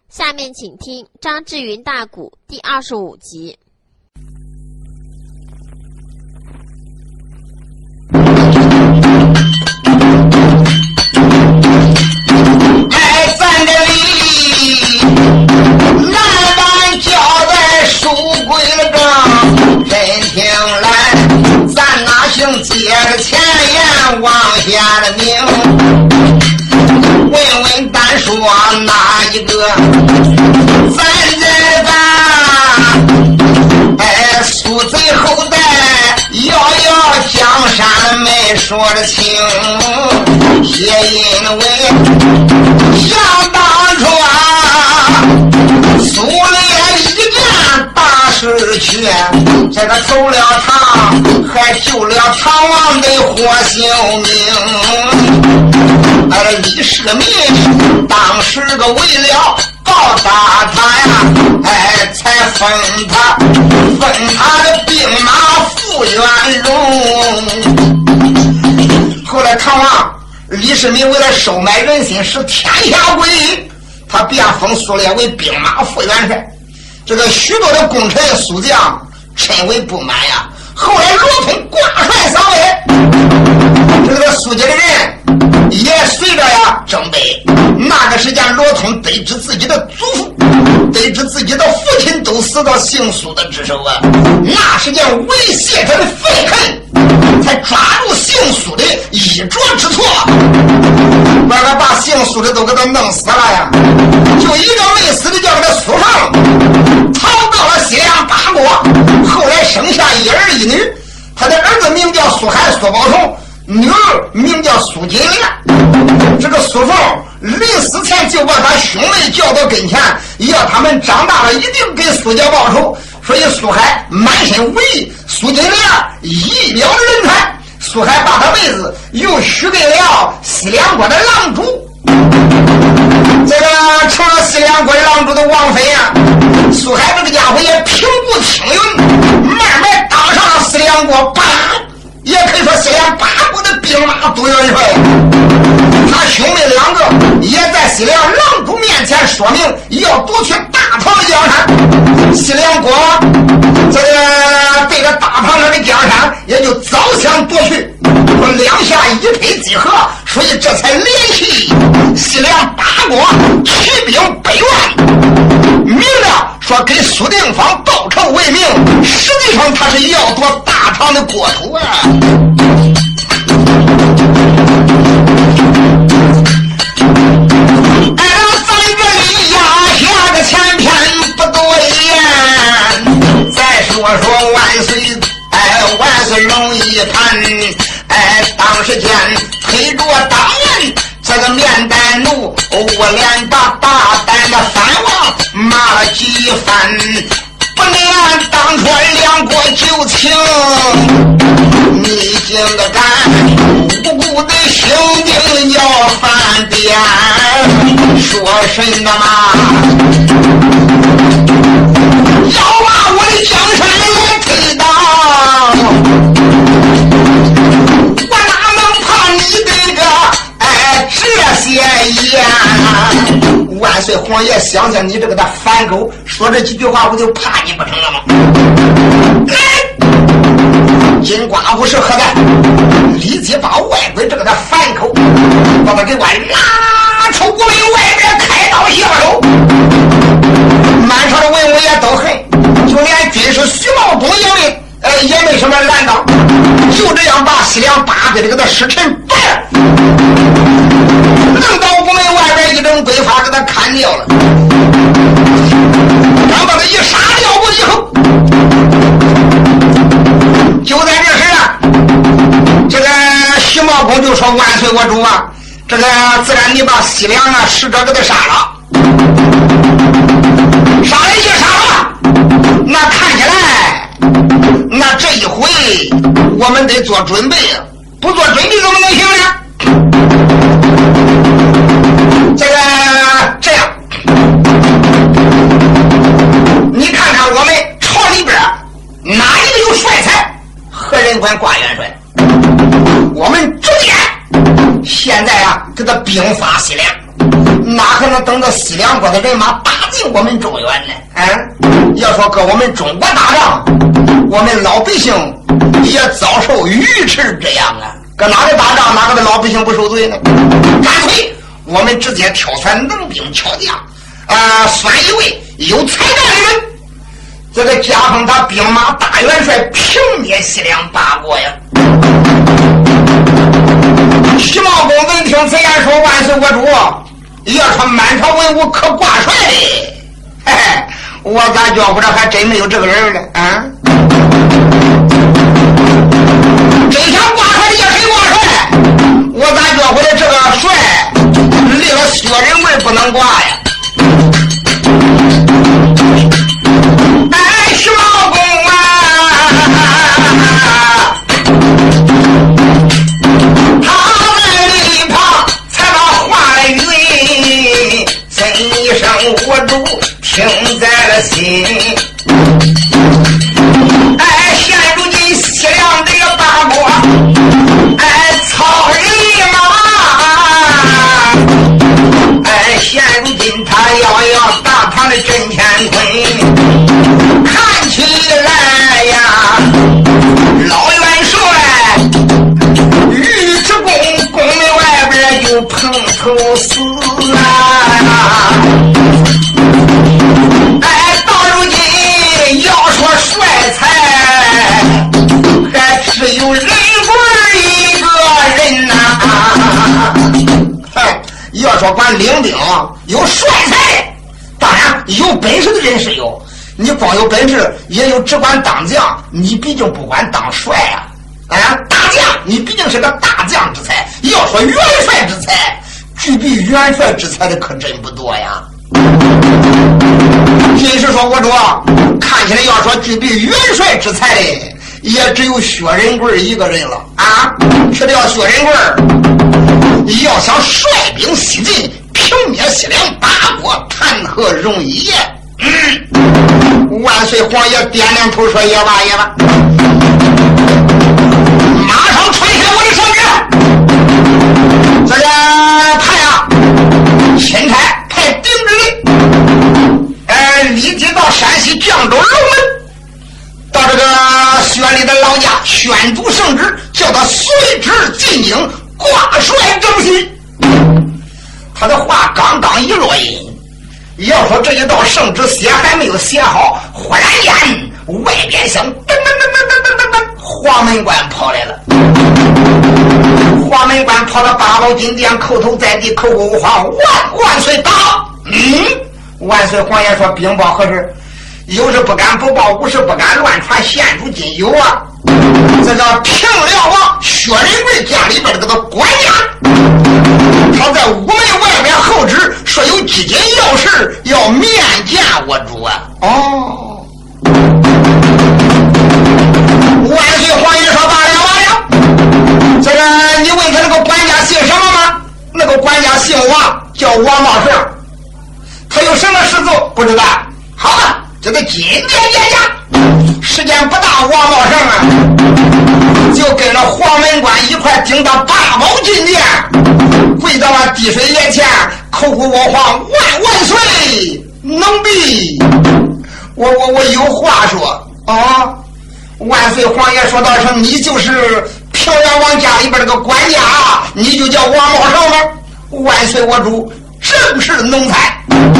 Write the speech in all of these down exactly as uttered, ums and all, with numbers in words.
下面请听张志云大鼓第二十五集。 哎，咱这里南湾交代书归了正，真听来咱哪行接着前言往下的明，问问单说哪一个咱这吧哎，苏贼后代遥遥江山没说的清，也因为想当初啊苏烈一战大事去，这个投了唐还救了唐王的活性命，而李世民当时个为了报答他呀，哎，才封他封他的兵马副元荣。后来唐王李世民为了收买人心，使天下归一，他便封苏烈为兵马副元帅。这个许多的功臣苏将甚为不满呀。后来罗通挂帅上位，这个苏家的人也随着呀征北。那个时间罗通得知自己的祖父得知自己的父亲都死到姓苏的之手啊，那时间为泄他的愤恨，才抓住姓苏的衣着之错，把他把姓苏的都给他弄死了呀。就一个没死的叫他苏凤逃到了西凉八国，后来生下一儿一女，他的儿子名叫苏海苏宝同，女儿名叫苏金莲。这个苏凤临死前就把他兄妹叫到跟前，要他们长大了一定给苏家报仇。所以苏海满身武艺，苏金莲一表人才，苏海把他妹子又许给了西凉国的郎主，这个成了西凉国郎主的王妃呀。苏海这个家伙也平步青云，慢慢当上了西凉国八，也可以说西凉八国的兵马都元帅。他兄妹两个也在西凉郎主面前说明要夺取大唐的江山，西凉国这个对着大唐人的江山也就早想夺取，两下一拍即合，所以这才联系西凉八国起兵百万，明了说给苏定方报仇为名，实际上他是要夺大唐的国土啊。哎，咱这里压下个前篇不多言，再说说万岁，哎，万岁龙一盘，哎，当时间推着当人这个面带怒，我连把大胆的藩王骂了几番，不能当初两国旧情，你竟的敢无辜的兄弟要翻边，说什么嘛？要把我的江山来推倒，我哪能怕你这个哎这些言？万岁皇爷，想想你这个的反狗，说这几句话不就怕你不成了吗？金瓜不是何在，立即把外鬼这个的反口把他给我拉出国门外边开刀下手。满朝的文武也都恨，就连军师徐茂公也没呃也没什么拦挡，就这样把西凉八国这个的使臣白弄到国门外边一整规法给他砍掉了。刚把他一杀掉过以后，就在这时啊，这个徐茂公就说：“万岁我主啊，这个自然你把西凉啊使者给他杀了，杀了一杀了，那看起来，那这一回我们得做准备啊，不做准备怎么能行呢？这个这样，你看看我们朝里边哪一个有帅才？何人管挂元帅？我们逐渐现在啊，给他兵发西凉，哪可能等到西凉国的人马大进我们中原呢？啊，要说搁我们中国打仗，我们老百姓也遭受鱼翅之殃啊！搁哪里打仗，哪个的老百姓不受罪呢？干脆我们直接挑选能兵巧将，啊、呃，选一位有才干的人。这个加封他兵马大元帅，平灭西凉八国呀！徐茂公闻听此言说：“万岁我主，要说满朝文武可挂帅的，嘿嘿，我咋觉不着还真没有这个人呢？啊，真想挂帅的叫谁挂帅？我咋觉不着这个帅立了薛仁贵不能挂呀？”哎，徐茂公啊！我主听在了心，哎，现如今西凉这个八国，哎，草人马，哎，现如今他要要大唐的真乾坤，看起来呀，老元帅尉迟恭宫门外边就碰头死啊！哎，到如今要说帅才，还只有仁贵一个人呐、啊。哼，要说管领兵有帅才，当然有本事的人是有，你光有本事也有只管当将，你毕竟不管当帅啊。啊，大将你毕竟是个大将之才，要说元帅之才，具备元帅之才的可真不多呀。真是说我主看起来要说具备元帅之才的，也只有薛仁贵一个人了啊！吃掉薛仁贵，要想率兵西进，平灭西凉八国，谈何容易呀？嗯，万岁皇爷点点头说：“也罢也罢。”马上传下我的圣旨，这个派啊，钦差派丁之令，呃，立即到山西绛州龙门，到这个薛礼的老家宣读圣旨，叫他随旨进京挂帅征西。他的话刚刚一落音，要说这一道圣旨写还没有写好，忽然间外边响噔噔噔噔噔噔噔，黄门关跑来了。黄门关跑到八宝金殿，叩头在地，叩过皇万万岁到。嗯，万岁皇爷说：“禀报何事？有事不敢不报，无事不敢乱传。现如今有啊，这个平辽王薛仁贵家里边这个管家，他在午门外边候旨，说有几件要事要面见我主啊。”哦，万岁皇爷说：“罢了罢了。这个你问他那个管家姓什么吗？那个管家姓王，叫王茂胜。他有什么事做不知道？好了，这个金殿殿下时间不大，王茂胜啊就跟着黄门关一块顶到八宝金殿，跪到了滴水岩前，叩呼我皇万万岁！能必我我我有话说啊！万岁皇爷说道声：“你就是平辽王家里边这个管家，你就叫王茂胜吗？”万岁我主，正是奴才。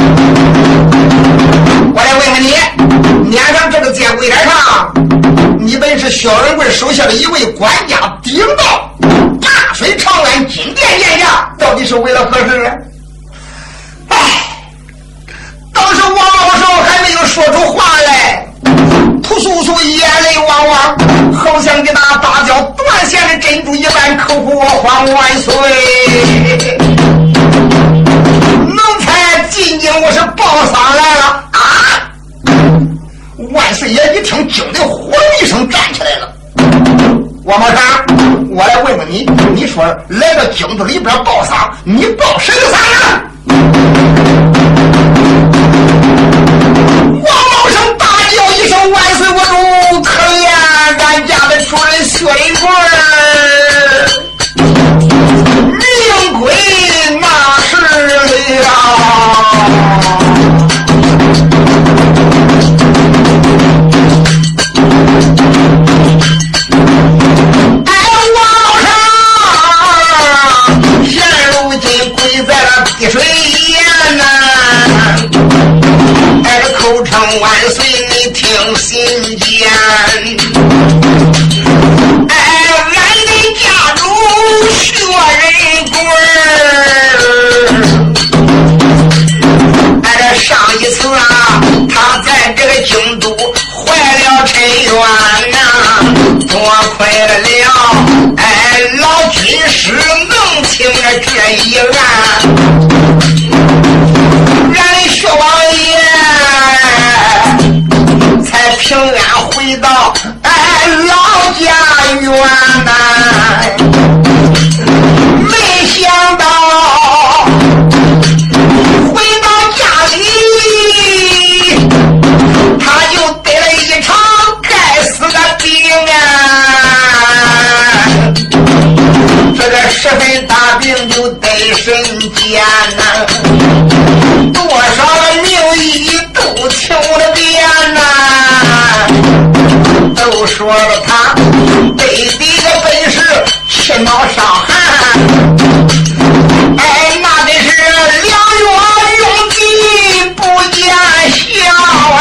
我来问问你，脸上这个剑柜台上，你本是薛仁贵手下的一位管家，顶到大水长安金殿殿下，到底是为了何事呢？唉，当时王茂胜还没有说出话来，扑簌簌眼泪汪汪，好像给他大叫断线的珍珠一般，叩呼我皇万岁！奴才进京，我是报丧来了啊！万岁爷一听，惊得呼一声站起来了。王茂山，我来问问你，你说来到京都里边报丧，你报谁的丧呢？王茂生大叫一声：“万岁我主，可怜咱家的主人薛仁贵，命归那是了。” 成万岁，你听信间。哎，俺的家主薛仁贵儿，哎，这上一次啊，他在这个京都坏了陈元呐，多亏了哎，老军师弄清了这一案，俺薛王爷才平安回到哎老家园呐。没想到回到家里，他就得了一场该死的病啊！这个十分大病就得神间呐，多少个名医都求了遍呐，都说了他背地的本事气脑伤寒，哎，那真是良药用尽不见效啊！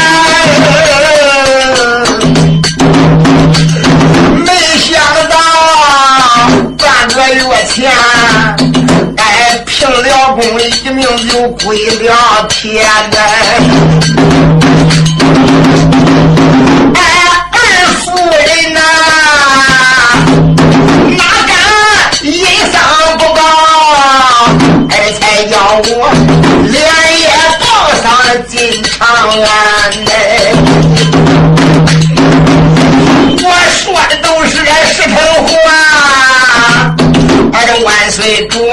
没想到半个月前，哎，平辽宫一命就归了天呐！哎，二夫人呐、啊，哪敢因伤不告？哎，才叫我连夜报上进长安呢。我说的都是这实诚话，哎，这万岁主啊！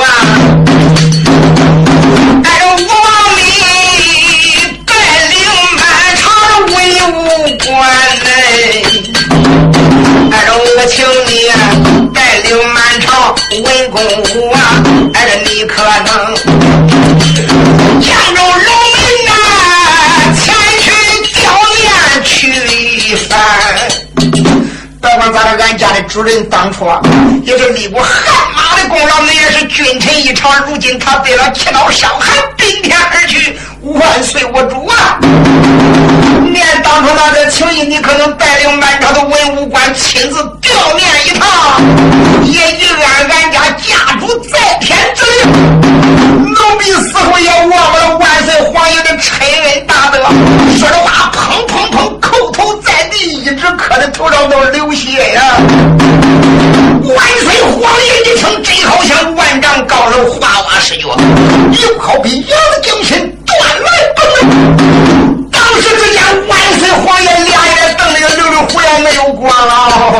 哎，这王里带领满朝文武官呢，哎，这我请你带领满朝文公武啊，哎，这你可能江州龙门呐，前去吊唁去一番。别管咋的，俺家的主人当初也是立过汗马的功劳，那也是君臣一场。如今他得了气脑伤寒，病天而去。万岁我主啊！念当初那个情谊，你可能带领满朝的文武官亲自吊唁一趟，也以俺俺家家主在天之灵，奴婢似乎也忘了万岁皇爷的抻恩大德。说的话砰砰砰，口头在地，一直磕在头上都流血呀！万岁皇爷一听，真好像万丈高楼花瓦石脚，又好比杨将身断来崩来。当时之间，万岁皇爷俩眼瞪得溜溜胡也没有光了。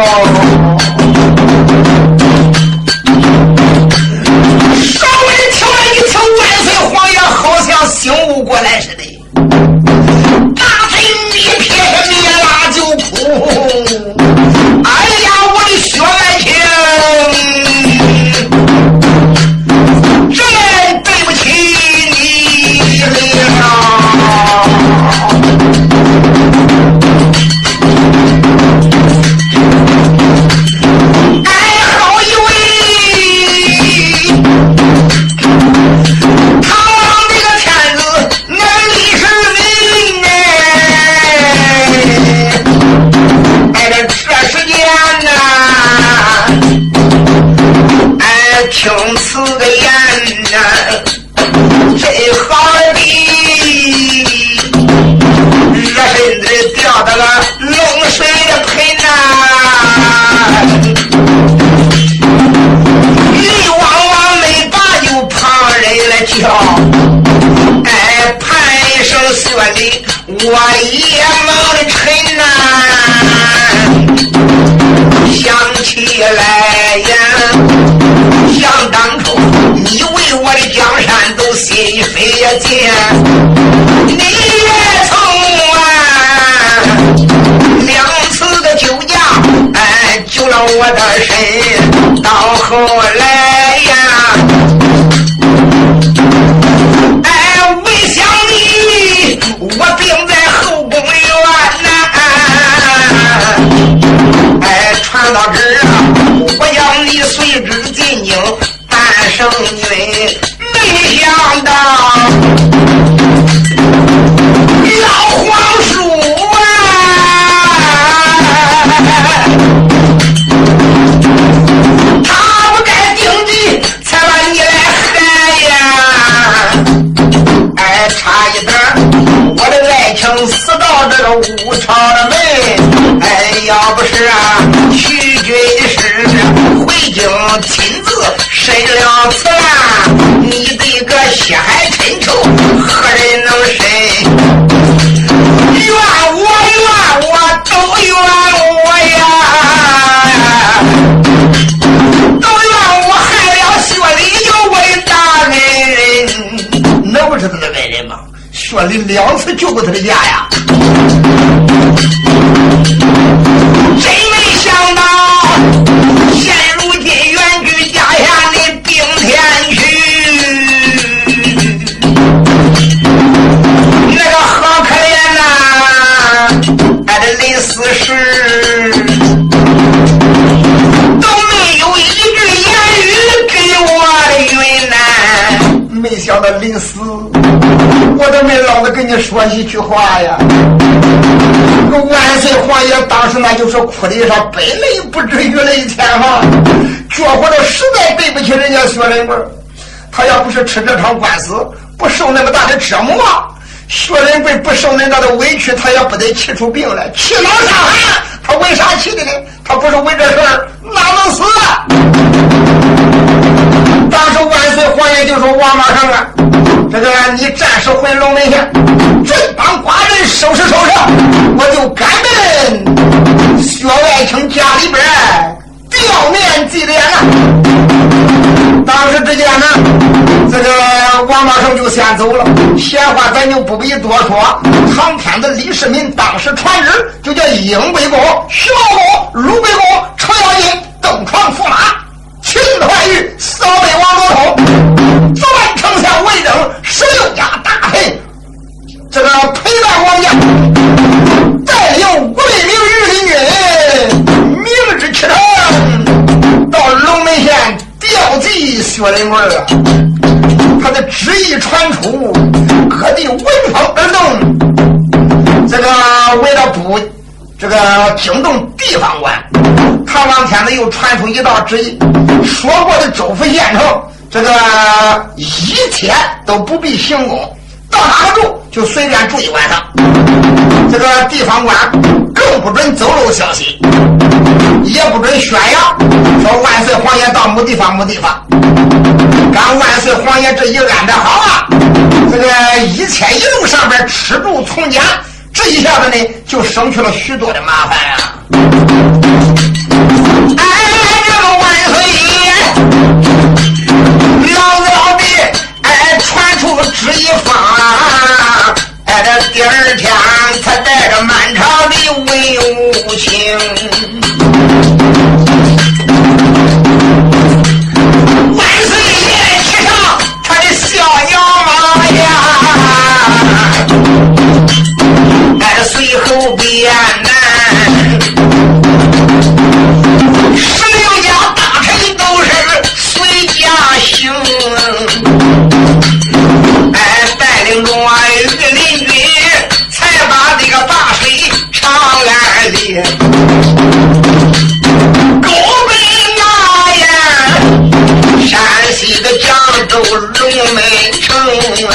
稍微听了一听，万岁皇爷好像醒悟过来似的，大嘴一撇灭拉就哭。哎呀，我的薛爱卿，真对不起你了。哎，好一位唐王这个天子，那李世民呢？哎，这这时间呐，哎，听此个言呐，真好比热身子掉到了冷水的盆呐，泪汪汪没把就旁人来叫，哎，盘生血里我也猛的沉呐，想起来呀，想当初你为我的江山都心扉也见，你也曾啊两次的酒驾，哎，救了我的身，到后来呀，哎，为想你我病在后宫院呐，哎，传到这儿啊，我要你随之进京担圣君，没想到老皇差一点我的爱情死到这个武朝的门。哎，要不是啊徐军师回京亲自审了此案，你这个血海深仇何人能审？怨我怨我都怨我呀，都怨我害了薛礼有位大恩人。那不是他的恩人吗？薛礼两次救过他的家呀。真没想到现如今远居家乡的并天去，那个好可怜呐，他的临死时都没有一句言语给我的云南。没想到临死我都没老子跟你说一句话呀。万岁皇爷当时那就是哭的上百泪不止雨泪千行，觉得这实在对不起人家薛仁贵。他要不是吃这场官司不受那么大的折磨，薛仁贵不受那么大的委屈，他也不得气出病来，气恼上寒。他为啥气的呢？他不是为这事儿哪能死啊？当时万岁皇爷就说王马上啊，这个你暂时回龙门县，这帮寡人收拾收拾，我就赶奔薛爱卿家里边吊念祭奠了。当时之间呢，这个王马胜就先走了，闲话咱就不必多说。唐天的李世民当时传旨，就叫英贵公、徐茂公、鲁贵公、程咬金登床驸马，秦怀玉扫北王罗通，左班丞相魏征十六家大臣，这个陪伴王家，带领五百名御林军，明日启程到龙门县吊祭薛仁贵啊。他的旨意传出，各地闻风而动。这个为了补这个惊动地方官，唐王天子又传出一道旨意，说过的州府县城这个一切都不必行宫，到哪个住就随便住一晚上。这个地方官更不准走漏消息，也不准宣扬说万岁皇爷到某地方某地方。刚万岁皇爷这一安排好啊，这个一切一路上边吃住从简，这一下子呢就省去了许多的麻烦啊。哎，这个万岁爷老老的哎传出旨意方啊，哎这第二天他带着满朝的文武卿，万岁爷骑上他的逍遥马呀，哎随后边呢十六家大臣都是随家行，哎带领着御林军才把这个大水长安里狗奔那呀山西的江州龙门城，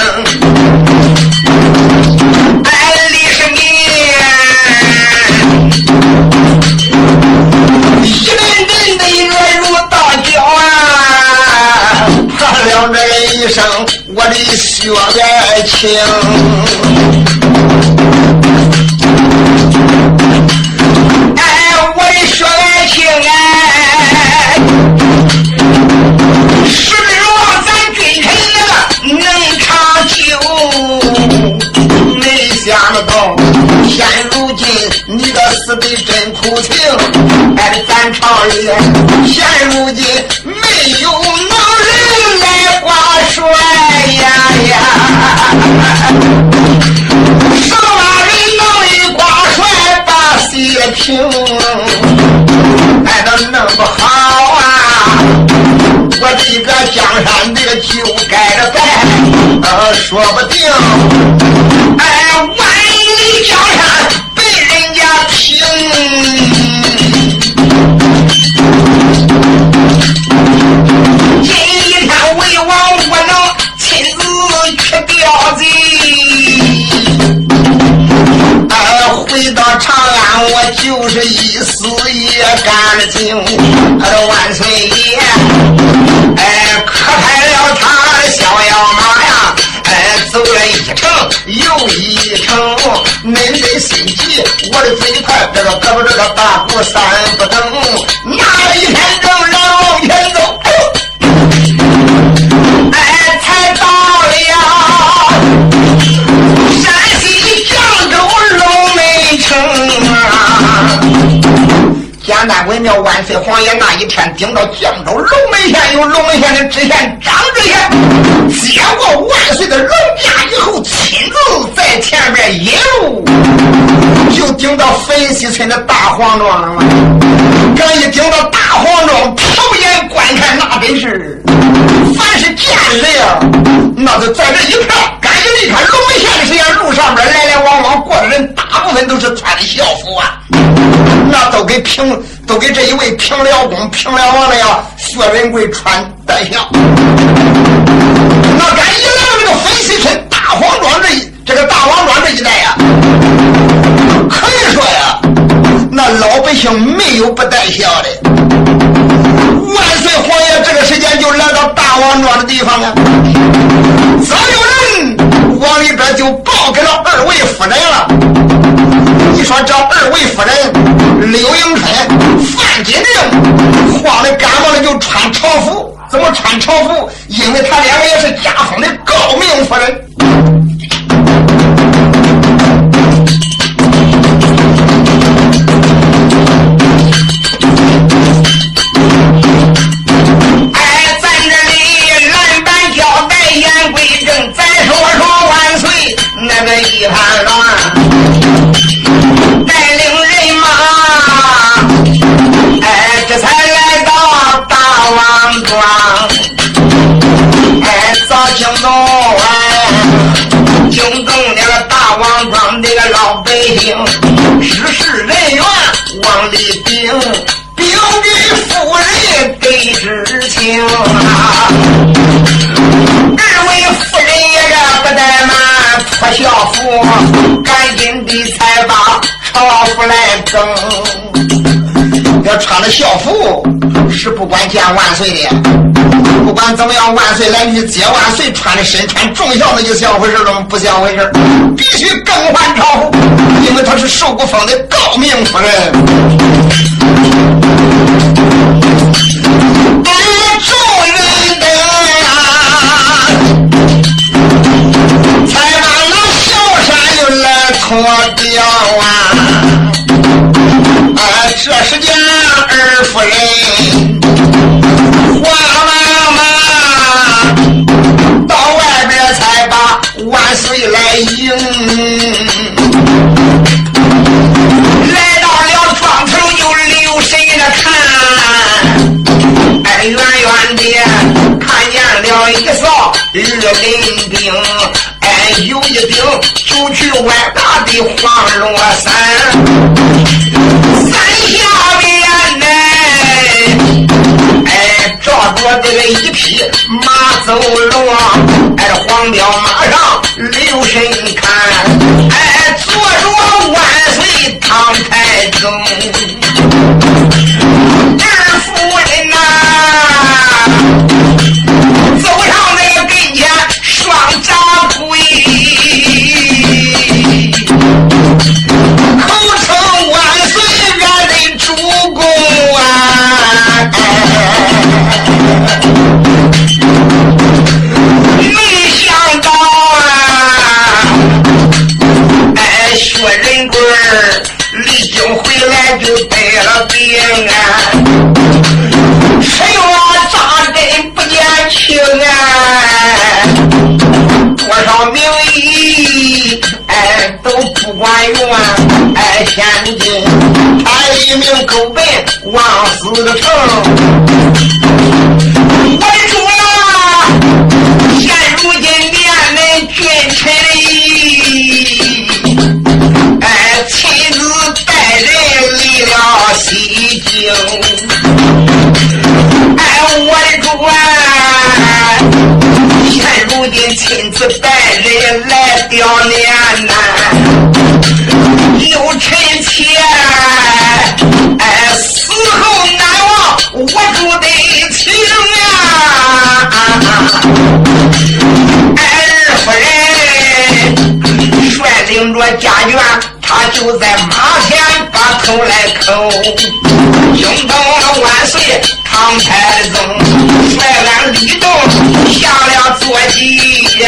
哎李世民一阵阵的恶如大叫啊，喊了这一声我的薛爱卿。哎我的薛爱卿哎，是若咱君臣那个能长久，没想到现如今你的死的真苦情，哎咱朝里现如今没有能人来挂帅呀呀，上万人能一挂帅把血平，哎都弄不好啊，我这个江山这个就该着在呃说不定哎万一江山被人家平，今一天为王我能亲自去吊祭行，俺的万岁爷，哎，可开了他的逍遥马呀，哎，走了一程又一程，恁得心急，我的嘴快，这个胳膊这个大步三不等，那一天正然往前走，哎呦，哎，才到了山西绛州龙门城啊。简单微妙，万岁皇爷那一天顶到绛州龙门县，有龙门县的知县张知县接过万岁的龙驾以后，亲自在前边引路，就顶到汾西村的大黄庄了嘛。刚一顶到大黄庄，瞟眼观看，那真是凡是见人啊，那就在这一看，赶紧一看龙门县的时间，路上边来来往往过的人，大部分都是穿的校服啊。那都给平，都给这一位平辽公、平辽王的呀，薛仁贵穿戴孝。那赶一来到这个汾西村大黄庄这一这个大黄庄这一带呀，可以说呀，那老百姓没有不戴孝的。万岁皇爷这个时间就来到大黄庄的地方啊，早有人往里边就报给了二位夫人了。你说这二位夫人刘迎春、范金玲慌的赶忙的就穿朝服，怎么穿朝服？因为他两个也是家风的诰命夫人。哎，咱这里蓝板交代言归正，再说说万岁那个一盘乱。带领人马，哎，这才来到大王庄。哎，早惊动哎，惊动那个大王庄这个老百姓，指示人员往里禀，禀给夫人给知情啊。二位夫人也这不怠慢，脱校服，赶紧的才把朝服来整。要穿着校服是不管见万岁的，不管怎么样，万岁来去接万岁，穿的身穿重孝那就像回事了吗？不像回事，必须更换朝服，因为他是寿国封的诰命夫人。哎，众人的啊，才把那小山又来脱掉啊！啊，这时间二夫人慌忙忙到外边才把万岁来迎，来到了庄头又留神的看，哎，远远的看见了一扫日林兵，哎，有一顶就去外大的黄罗伞，伞下边呢，哎，照着这个一匹马走路，哎，黄骠马上留神看，哎，坐着万岁唐太宗，二夫人呐、啊，走上那个跟前，双掌跪，口称万岁俺的主公啊！没想到啊，哎，薛仁贵离京回来就得了病啊！谁说扎针不见情啊？多少名医哎都不管用啊！哎，现今他一命狗笨枉死的成。我主啊，现如今面门君臣意，哎，亲自带人离了西京。哎，我的主啊，现如今亲自带人来吊念呐，有臣妾，哎，死后难家眷，他就在马前把头来叩，拥抱万岁唐太宗，率俺李栋下了坐骑呀。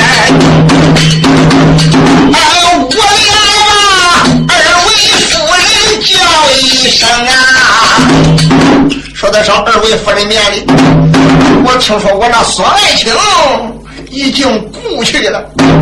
啊，我呀，二位夫人叫一声啊，说的上二位夫人面里，我听说我那索爱卿已经故去了，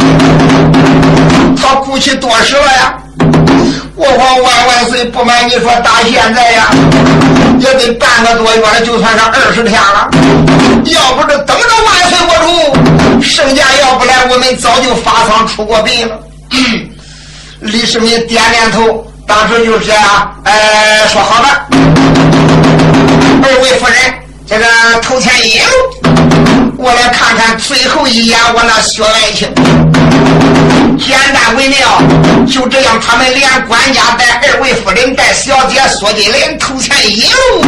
他故去多时了呀？我皇万万岁，不瞒你说，打现在呀，也得半个多月了，就算上二十天了。要不是等着万岁国主，圣驾要不来，我们早就发丧出过殡了。嗯，李世民点点头，当时就是啊，呃，说好吧，二位夫人，这个头前引路，我来看看最后一眼我那薛爱卿。简单为妙，就这样，他们连管家带二位夫人带小姐索金莲头前引路，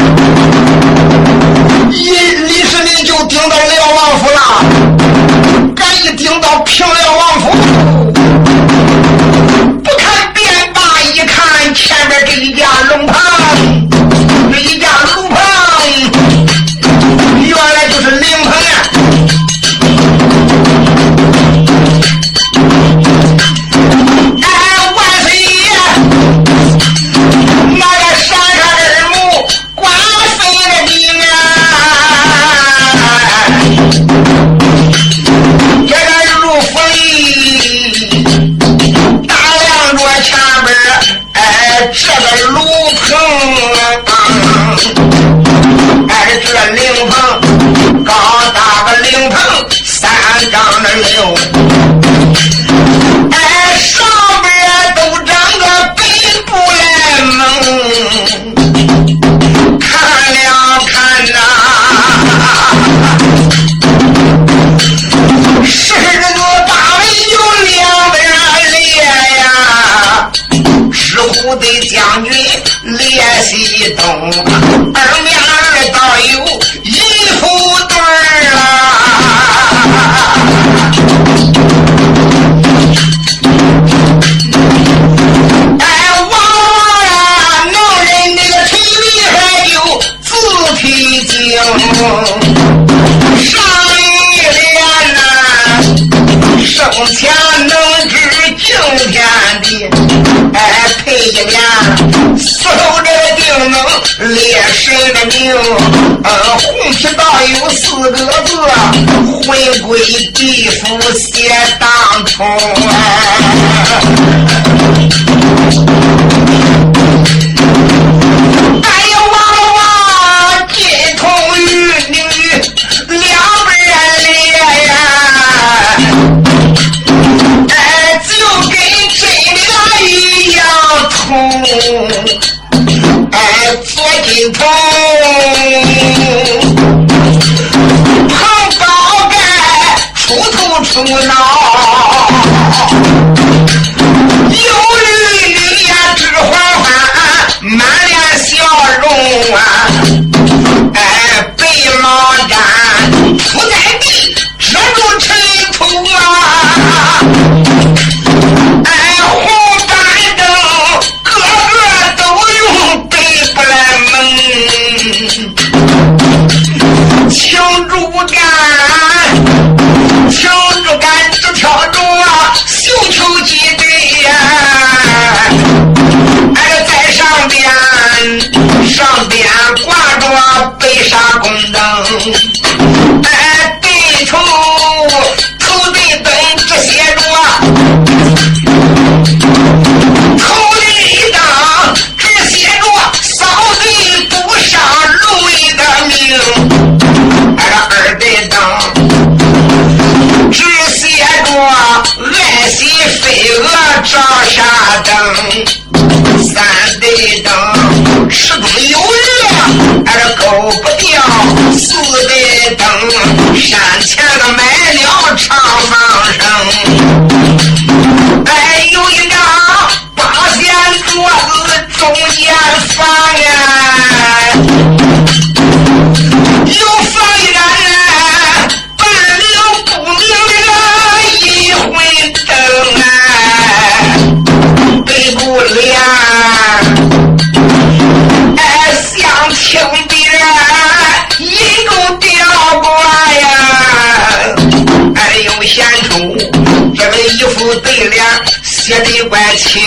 一李世民就顶到辽王府了。赶一顶到平辽王府，不看便罢，一看前面这一架龙棚，这一架龙棚原来就是灵棚啊。这个炉棚，哎，这灵棚高大个灵棚，三丈的六，哎，上边都长个北部来蒙，看了看呐、啊，十个大门有两边列呀。石虎的将军列西东，二面儿倒有一副对儿啊！哎，王啊，能人那个腿里还有自体经，上一联呐，生前能知敬天地。哎，配一联四头这个定能列神的名，呃，红皮道有四个字，魂归地府写当冲哎呀，王王金童玉女两边列呀，哎，就跟真的一样通，哎，左金童碰高盖出头出脑，有绿绿呀直缓缓满脸笑容啊，哎，白毛毡铺在地遮住尘土啊，哎，红板灯个个写的怪清。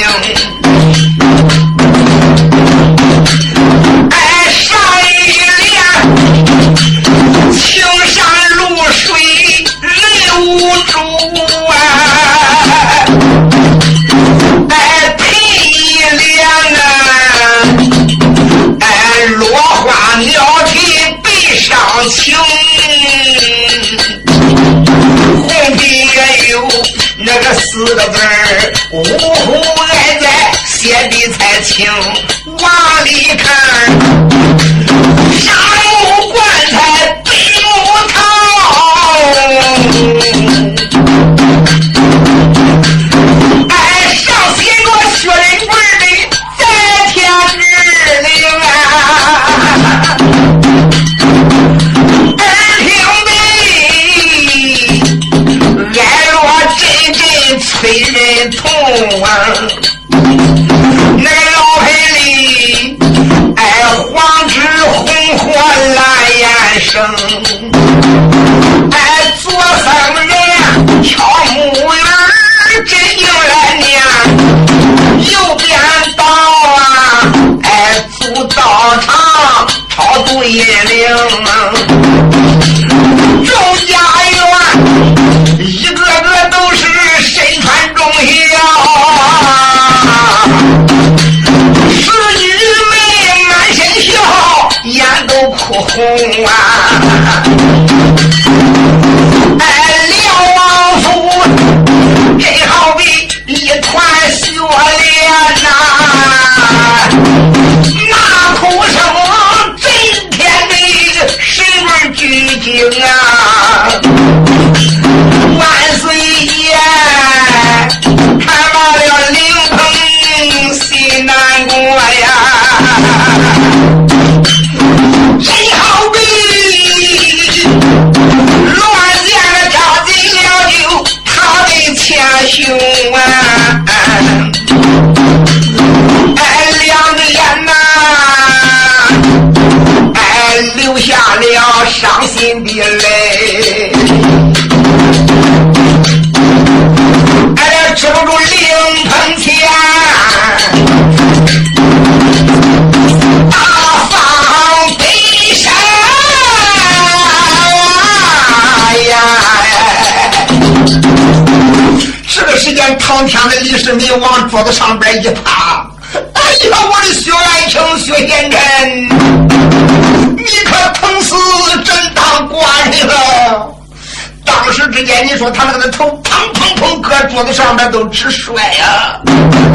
哎，上一联青山露水泪无主啊，哎，配一联啊，哎，落花鸟啼悲伤情，红笔也有那个四个字儿，呜呼哀哉写的才清。往里看，沙木棺材北木桃，哎，上写着薛仁贵的在天之灵啊，耳听得哀落阵阵催人痛啊，那个老裴里哎，黄纸红火蓝眼生，哎，左僧人敲木鱼真经来念，右边道啊，哎，走道场超度引领，众家园一个个都是身穿重孝，侍女们满身笑，眼都哭红啊，哎，梁王府真好比一团雪莲呐，那哭声震天的神棍举经啊，万岁爷看罢了灵棚心难过呀，真好比乱箭的招进了就他的前胸啊，哎，两个眼呐，哎，流下了伤心的泪，哎，止不住灵棚前大放悲伤呀！这个时间，唐天的李世民往桌子上边一趴，哎呀，我的薛爱卿、薛贤臣，你可疼死真当官人了！当时之间，你说他那个头砰砰砰搁桌子上面都直摔呀、啊！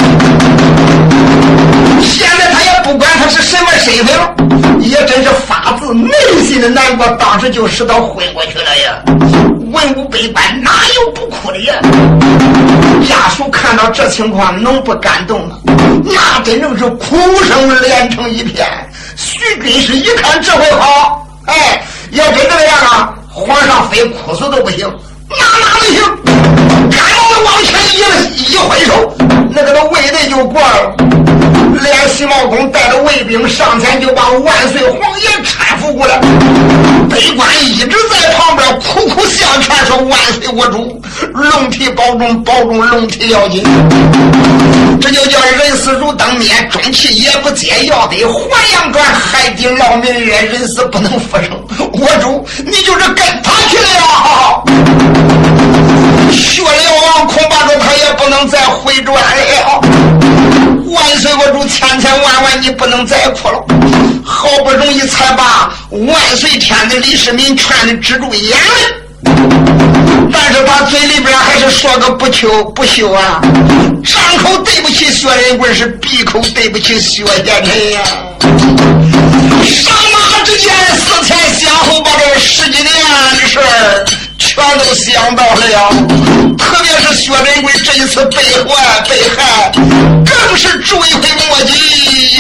现在他也不管他是什么身份，也真是发自内心的难过，当时就使到昏过去了呀！文武百官哪有不哭的呀？家属看到这情况，能不感动吗？那真正是哭声连成一片。徐军师一看这回好，哎，要真这样啊！皇上非哭死都不行，哪哪都行，赶忙往前一一挥手，那个的卫队就过了，连徐茂公带着卫兵上前就把万岁皇爷搀扶过来，北官一直在旁边苦苦相劝说万岁我主，龙体保重，保重龙体要紧。这就叫人死如灯灭，中气也不接，要得还阳转，海底捞明月，人死不能复生。我主，你就是跟他去了，薛辽王恐怕着他也不能再回转了。万岁我主，千千万万你不能再哭了，好不容易才把万岁天子李世民劝的止住眼泪，但是他嘴里边还是说个不求不休啊，张口对不起薛仁贵，是闭口对不起薛贤臣呀。上马之间思前想后，把这十几年的事儿全都想到了，特别是薛仁贵这一次被害被害，更是追悔莫及。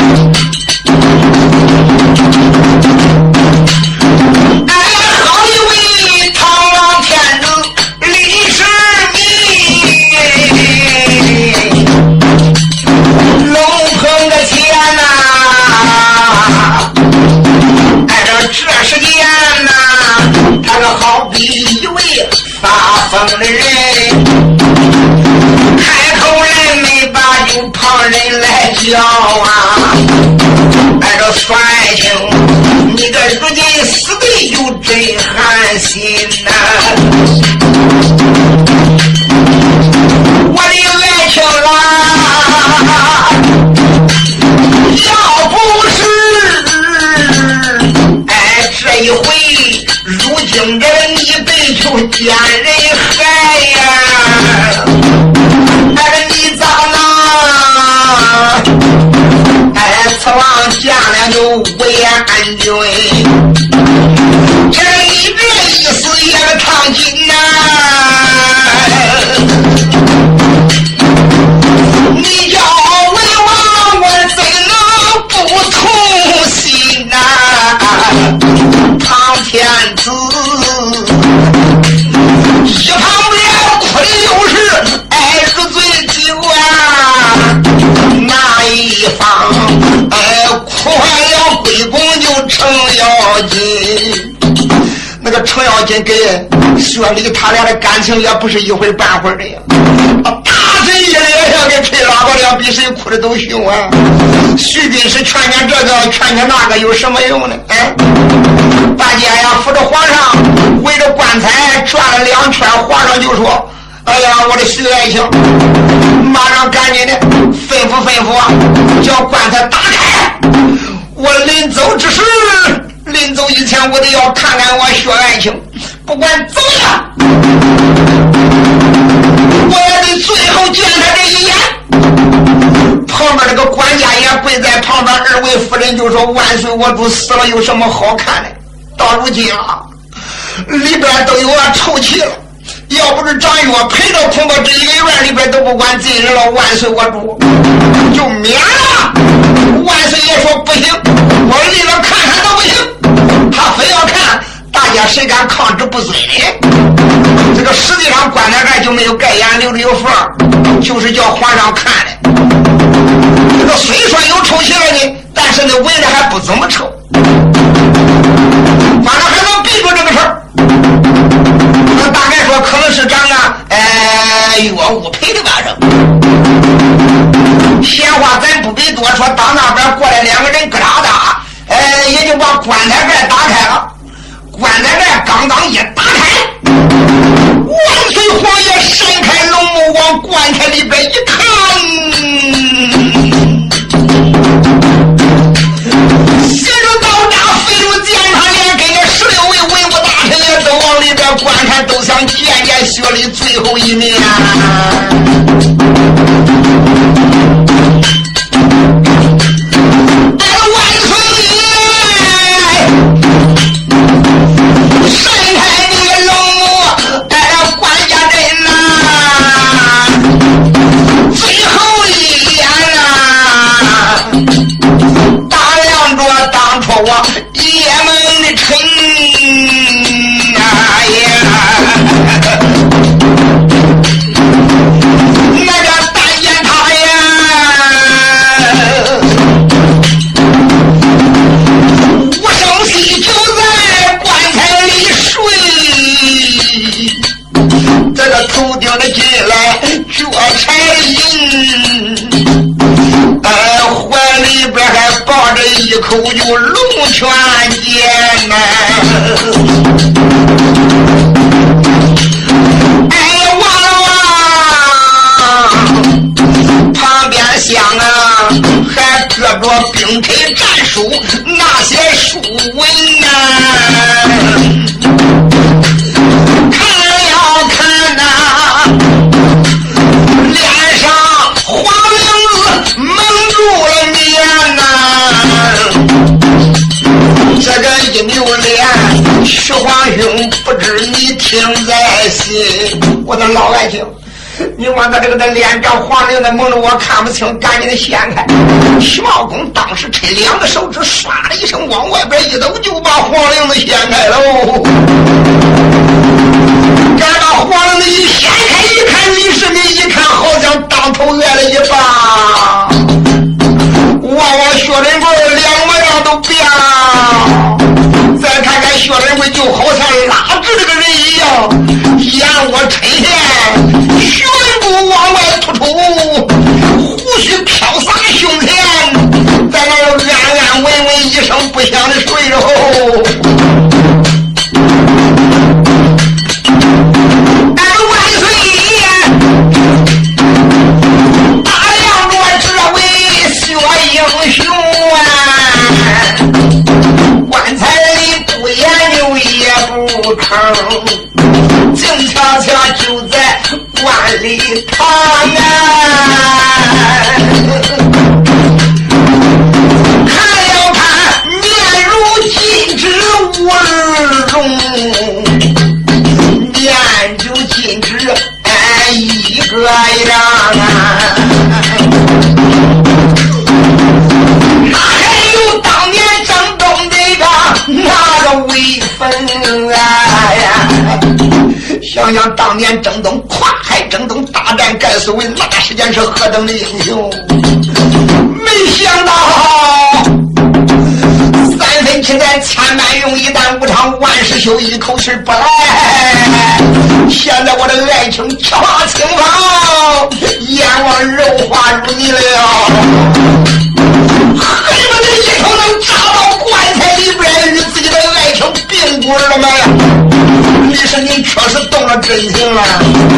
哎，好一位唐王天子李世民，龙棚的前呐、啊，哎，这这时间呐、啊，他个好比一位发疯的人，开口人人来叫啊！哎，这帅清，你这如今死的有真寒心呐、啊！我的爱情啊，要不是哎这一回，如今这你被就奸人害呀！哎，你咋啦？哎，此王见了就为安君，这你这意思也是烫金呐！你叫为王，我怎能不痛心呐、啊？唐天子一旁边哭的又是哎如醉酒啊，那一方哎哭坏了归公就程咬金，那个程咬金跟薛礼他俩的感情也不是一会半会儿的呀，大神一脸上跟吹喇叭俩比谁哭的都凶啊！徐军是劝劝这个劝劝那个有什么用呢？哎，大家呀扶着皇上围着棺材转了两圈，皇上就说：“哎呀，我的徐爱卿，马上赶紧的吩咐吩咐啊，叫棺材打开。我临走之时，临走以前我得要看看我薛爱卿，不管怎么样，我也得最后见他这一眼。”旁边那个管家也跪在旁边，二位夫人就说：“万岁，我主死了有什么好看的？到如今啊，里边都有啊臭气了。要不是张月陪着，恐怕这一个院里边都不管进人了。万岁，我主就免了。”万岁爷说：“不行，我立了看看都不行，他非要看，大家谁敢抗旨不遵呢？”这个实际上棺材盖就没有盖眼，留着有缝，就是叫皇上看的。这个虽说有臭气了呢，但是呢闻着还不怎么臭，反正还能避住这个事儿。那大概说可能是长啊，哎，岳武陪的晚上。闲话咱不必多说，到那边过来两个人咯哒哒，哎，也就把棺材盖打开了。棺材盖刚刚一打开，万岁皇爷伸开龙目往棺材里边一看，心如刀扎，飞如箭，他连跟着十六位文武大臣也都往里边观看，都想见见薛礼最后一面。我爷们的臣啊呀，那个但见他呀，无声息就在棺材里睡，这个头顶的进来脚踩银，呃，怀里边还抱着一口就龙泉剑呐、哎，忘了忘，旁边想啊，还搁着兵推战书那些书文呐、看了看呐、脸上黄绫子蒙住了面呐、这个一扭脸，徐皇兄不知你听在心。我的老爱卿，你望他这个的脸长黄绫的蒙着我看不清，赶紧的掀开。徐茂公当时趁两个手指唰的一声往外边一抖，就把黄绫子掀开喽。赶把黄绫子一掀开一看，李世民一看好像当头挨了一巴，望望薛仁贵两模样都变了。再看看薛仁贵就好像拉直这个人一样，眼窝沉陷，玄步往外突出，胡须飘洒想想当年征东跨海征东大战盖苏文，那时间是何等的英雄！没想到三分七载千般用，一旦无常万事休，一口气不来。现在我的爱情俏清芳，眼望肉化如泥了。恨不得一头能扎到棺材里边，与自己的爱情并骨了吗？你是你确实动了真情了。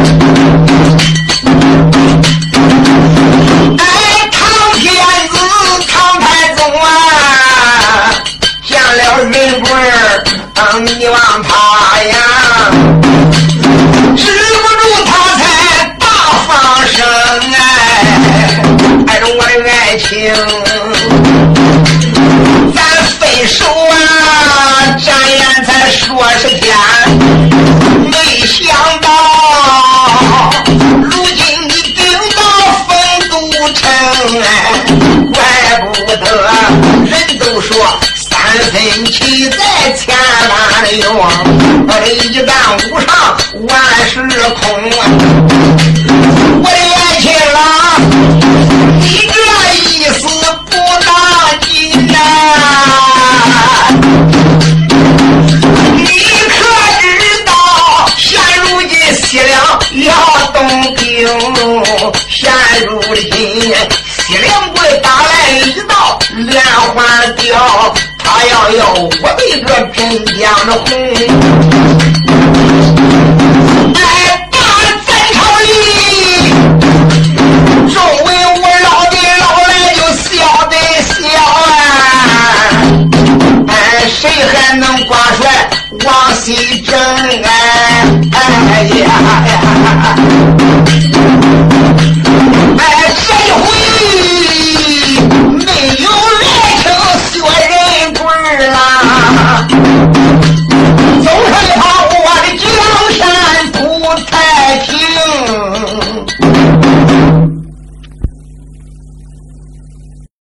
哎，唐天子唐太宗啊，见了人棍儿，当你望他呀，止不住他才大放声哎，爱着我的爱情，咱分手啊，眨眼才说十天，没想到如今你顶到丰都城哎，怪不得人都说三分七在千万用，一旦无常万事空。我的爱情啊，你这意思不大紧呐、啊，你可知道现如今西凉要动兵，现如今西凉国打来一道连环镖，他要要我的个镇江的红，哎，把咱朝里